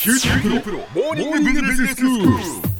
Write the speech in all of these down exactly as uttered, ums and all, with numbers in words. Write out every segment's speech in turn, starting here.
キューティープロモーニングビジネススクール。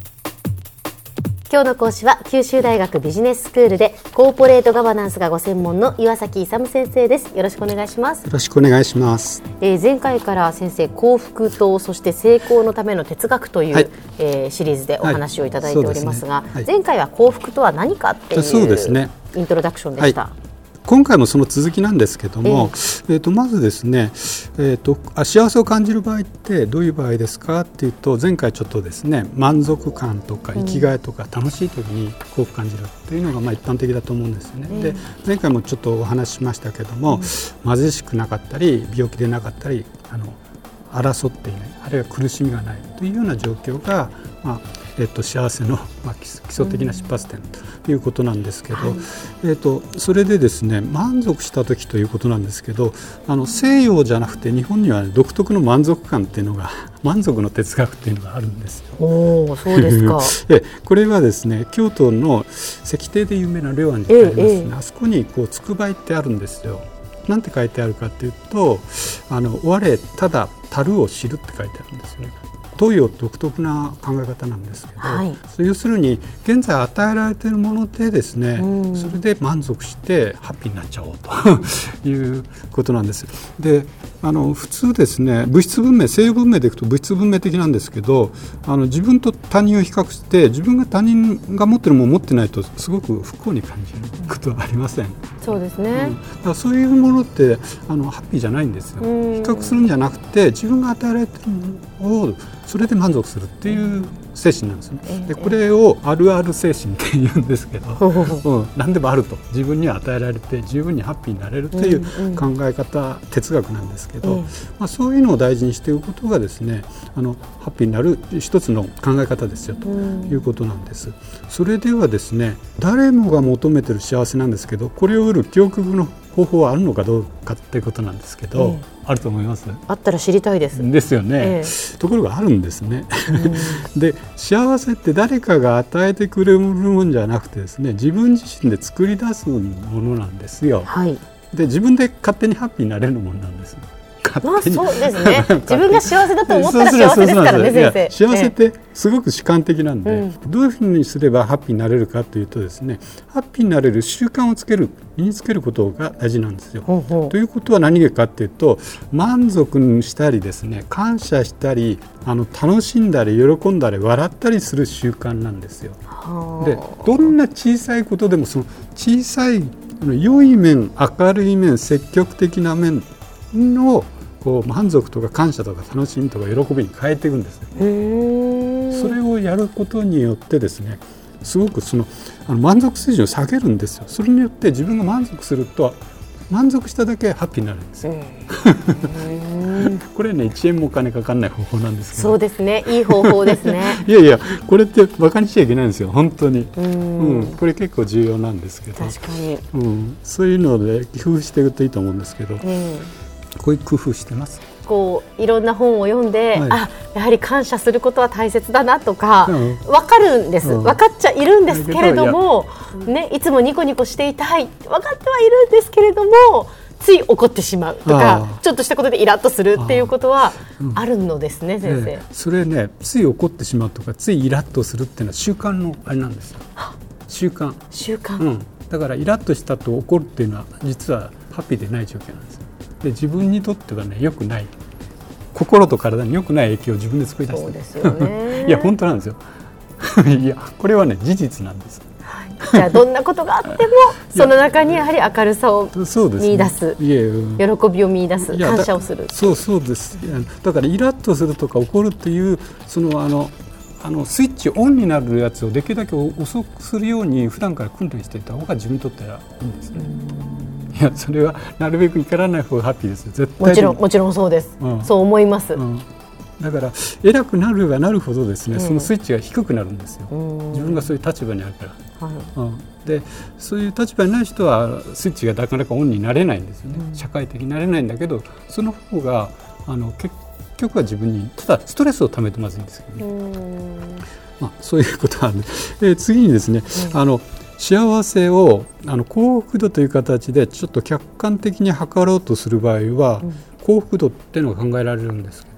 今日の講師は九州大学ビジネススクールでコーポレートガバナンスがご専門の岩崎勇先生です。よろしくお願いします。 よろしくお願いします。 えー、前回から先生、幸福とそして成功のための哲学という、はい、えー、シリーズでお話をいただいておりますが、はい、すね、はい、前回は幸福とは何かっていうそうですね、イントロダクションでした。はい、 今回もその続きなんですけども、えーえー、とまずですね、えー、と幸せを感じる場合ってどういう場合ですかっていうと、前回ちょっとですね、満足感とか生きがいとか楽しい時に幸福感じるっていうのがまあ一般的だと思うんですよね。うん、で前回もちょっとお話ししましたけども、うん、貧しくなかったり病気でなかったり、あの争っていない、あるいは苦しみがないというような状況が、まあえっと、幸せの、まあ、基礎的な出発点ということなんですけど、うん、はい、えっと、それでですね、満足した時ということなんですけど、あの西洋じゃなくて日本には、ね、独特の満足感っていうのが満足の哲学っていうのがあるんですよ。 おー、そうですか。 でこれはですね、京都の石庭で有名な龍安寺ってありますね、ええ、あそこにこうつくばいってあるんですよ。なんて書いてあるかというと、あの我ただ樽を知るって書いてあるんですよね。東洋独特な考え方なんですけど、はい、要するに現在与えられているものでですね、うん、それで満足してハッピーになっちゃおうということなんです。であの普通ですね、物質文明、西洋文明でいくと物質文明的なんですけど、あの自分と他人を比較して自分が他人が持ってるものを持ってないとすごく不幸に感じることはありません。 そうですね、うん、 だからそういうものってあのハッピーじゃないんですよ。比較するんじゃなくて自分が与えられているものをそれで満足するっていう精神なんですね。でこれをあるある精神って言うんですけど、うん、何でもあると、自分に与えられて十分にハッピーになれるという考え方、うんうん、哲学なんですけど、まあ、そういうのを大事にしていくことがですね、あのハッピーになる一つの考え方ですよということなんです。それではですね、誰もが求めてる幸せなんですけど、これを得る究極の方法はあるのかどうかっていうことなんですけど、ええ、あると思います？ あったら知りたいです。 ですよね、ええ、ところがあるんですね。で幸せって誰かが与えてくれるもんじゃなくてですね、自分自身で作り出すものなんですよ。はい、で自分で勝手にハッピーになれるものなんです。 まあ、そうですね。自分が幸せだと思ったら幸せですからね、先生。 幸せってすごく主観的なんで、ええ、どういうふうにすればハッピーになれるかというとですね、ハッピーになれる習慣をつける、身につけることが大事なんですよ。ほうほう。ということは何かというと、満足したりですね、感謝したり、あの楽しんだり喜んだり笑ったりする習慣なんですよ。でどんな小さいことでもその小さい良い面、明るい面、積極的な面のこう満足とか感謝とか楽しみとか喜びに変えていくんですよ。へー。それをやることによってですね、すごくそのあの満足水準を下げるんですよ。それによって自分が満足すると、満足しただけハッピーになるんですよ。これね、いちえんもお金かかんない方法なんですけど。そうですね、 いい方法ですね。 いやいや、これってバカにしちゃいけないんですよ、本当に。うん、うん、これ結構重要なんですけど、 確かに、 うん、そういうので工夫していくといいと思うんですけど、うん、こういう工夫してます。 こういろんな本を読んで、はい、あ、やはり感謝することは大切だなとか、うん、分かるんです、うん、分かっちゃいるんですけれども、いね、いつもニコニコしていたい、分かってはいるんですけれども、つい怒ってしまうとか、ちょっとしたことでイラッとするっていうことはあるのですね、うん、先生、 えー、それね、つい怒ってしまうとかついイラッとするっていうのは習慣のあれなんですよ。習慣習慣、 うん、だからイラッとしたと怒るっていうのは実はハッピーでない状況なんですよ。で自分にとってはね、良くない、心と体に良くない影響を自分で作り出してる。 そうですよね。 いや本当なんですよ。いやこれはね、事実なんです。 はい、じゃあどんなことがあってもその中にやはり明るさを見出す、ね、いえ、うん、喜びを見出す、感謝をする。 そうそうです。だからイラッとするとか怒るっていうそのあのあのスイッチオンになるやつをできるだけ遅くするように普段から訓練していた方が自分にとってはいいんですね。いや、それはなるべく怒らない方がハッピーですよ、絶対に。 もちろん、もちろんそうです、うん、そう思います、うん、 だから偉くなるがなるほどですね、うん、そのスイッチが低くなるんですよ、うん、自分がそういう立場にあるから、はい、うん、でそういう立場にない人はスイッチがなかなかオンになれないんですよね、うん、社会的になれないんだけど、その方があの結局は自分にただストレスをためてまずいんですけどね、うん、まあ、そういうことなんで、えー、次にですね、うん、あの幸せをあの幸福度という形でちょっと客観的に測ろうとする場合は、うん、幸福度っていうのが考えられるんですけど、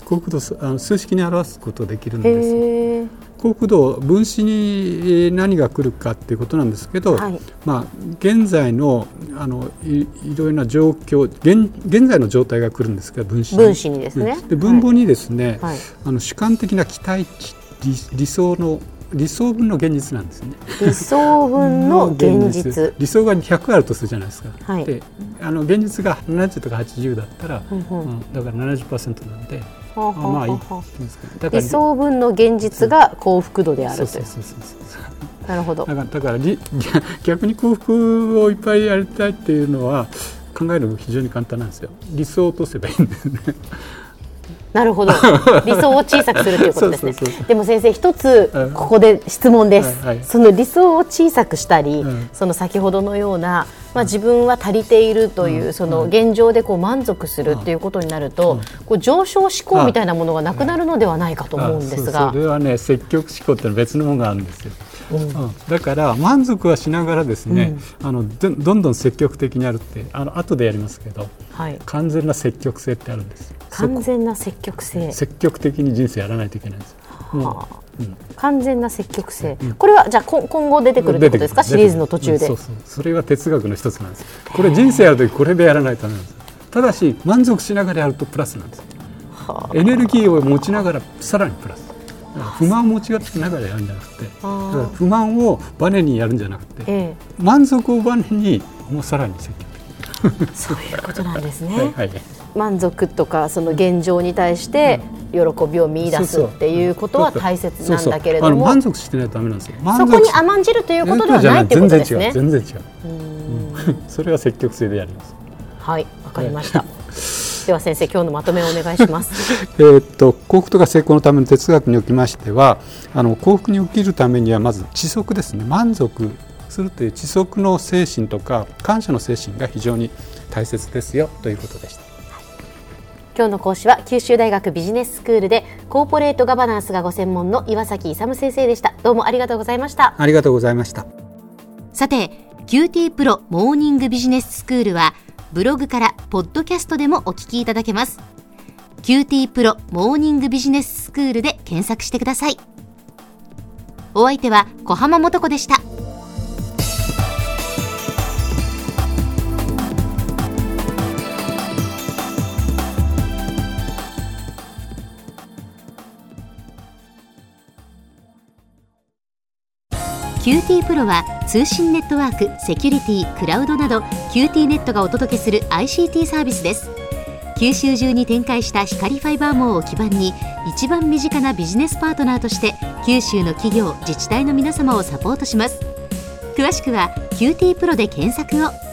幸福度あの数式に表すことができるんです。 へ幸福度分子に何が来るかっていうことなんですけど、はい、まあ、現在 の, あの い, いろいろな状況 現, 現在の状態が来るんですが分子 に, 分子にですね、 で分母にですね、 はい、 あの主観的な期待値 理, 理想の理想分の現実なんですね。 理想分の現実理想がひゃくあるとするじゃないですか、 はい、 であの現実がななじゅうとかはちじゅうだったら、 うんうんうん、だから ななじゅっパーセント なんで、 はあはあはあ、まあいいだから理想分の現実が幸福度であるという。 そうそうそうそうなるほど。 だから、だから逆に幸福をいっぱいやりたいっていうのは考えるのが非常に簡単なんですよ。理想を落とせばいいんですね。 なるほど。理想を小さくするということですね。 そうそうそうそう。 でも先生一つここで質問です、 はいはい、 その理想を小さくしたり、 うん、 その先ほどのような、まあ、自分は足りているという、うん、その現状でこう満足するっていうことになると、うん、こう上昇志向みたいなものがなくなるのではないかと思うんですが、 それはね、積極志向ってのは別のものがあるんですよ。うんうん、だから満足はしながらですね、うん、あのど, どんどん積極的にやるってあの後でやりますけど、はい、完全な積極性ってあるんです。 完全な積極性、 積極的に人生やらないといけないんです。 はあ、うん、完全な積極性、うん、これはじゃあ今後出てくるってことですか、シリーズの途中で、 うん、そうそう、それが哲学の一つなんです。これ人生やるときこれでやらないとダメなんです。ただし満足しながらやるとプラスなんです。はあ、エネルギーを持ちながらさらにプラス、不満を持ちながらやるんじゃなくて、だから不満をバネにやるんじゃなくて、ええ、満足をバネにもうさらに積極的そういうことなんですね。 はいはい、満足とかその現状に対して喜びを見出すっていうことは大切なんだけれども、 そうそう、あの満足してないとダメなんですよ。 そこに甘んじるということではないということですね。 全然違う、全然違う、うん、それは積極性でやります。 はい、わかりました。では先生、今日のまとめをお願いします。 えー、っと幸福とか成功のための哲学におきましては、あの幸福に生きるためにはまず知足ですね。満足するという知足の精神とか感謝の精神が非常に大切ですよということでした。 今日の講師は九州大学ビジネススクールでコーポレートガバナンスがご専門の岩崎勇先生でした。どうもありがとうございました。 ありがとうございました。 さて、キューティープロモーニングビジネススクールはブログからポッドキャストでもお聞きいただけます。キューティープロモーニングビジネススクールで検索してください。お相手は小浜もとこでした。キューティープロは通信ネットワーク、セキュリティ、クラウドなど キューティーネットがお届けする アイシーティー サービスです。九州中に展開した光ファイバー網を基盤に一番身近なビジネスパートナーとして九州の企業、自治体の皆様をサポートします。詳しくは キューティープロで検索を。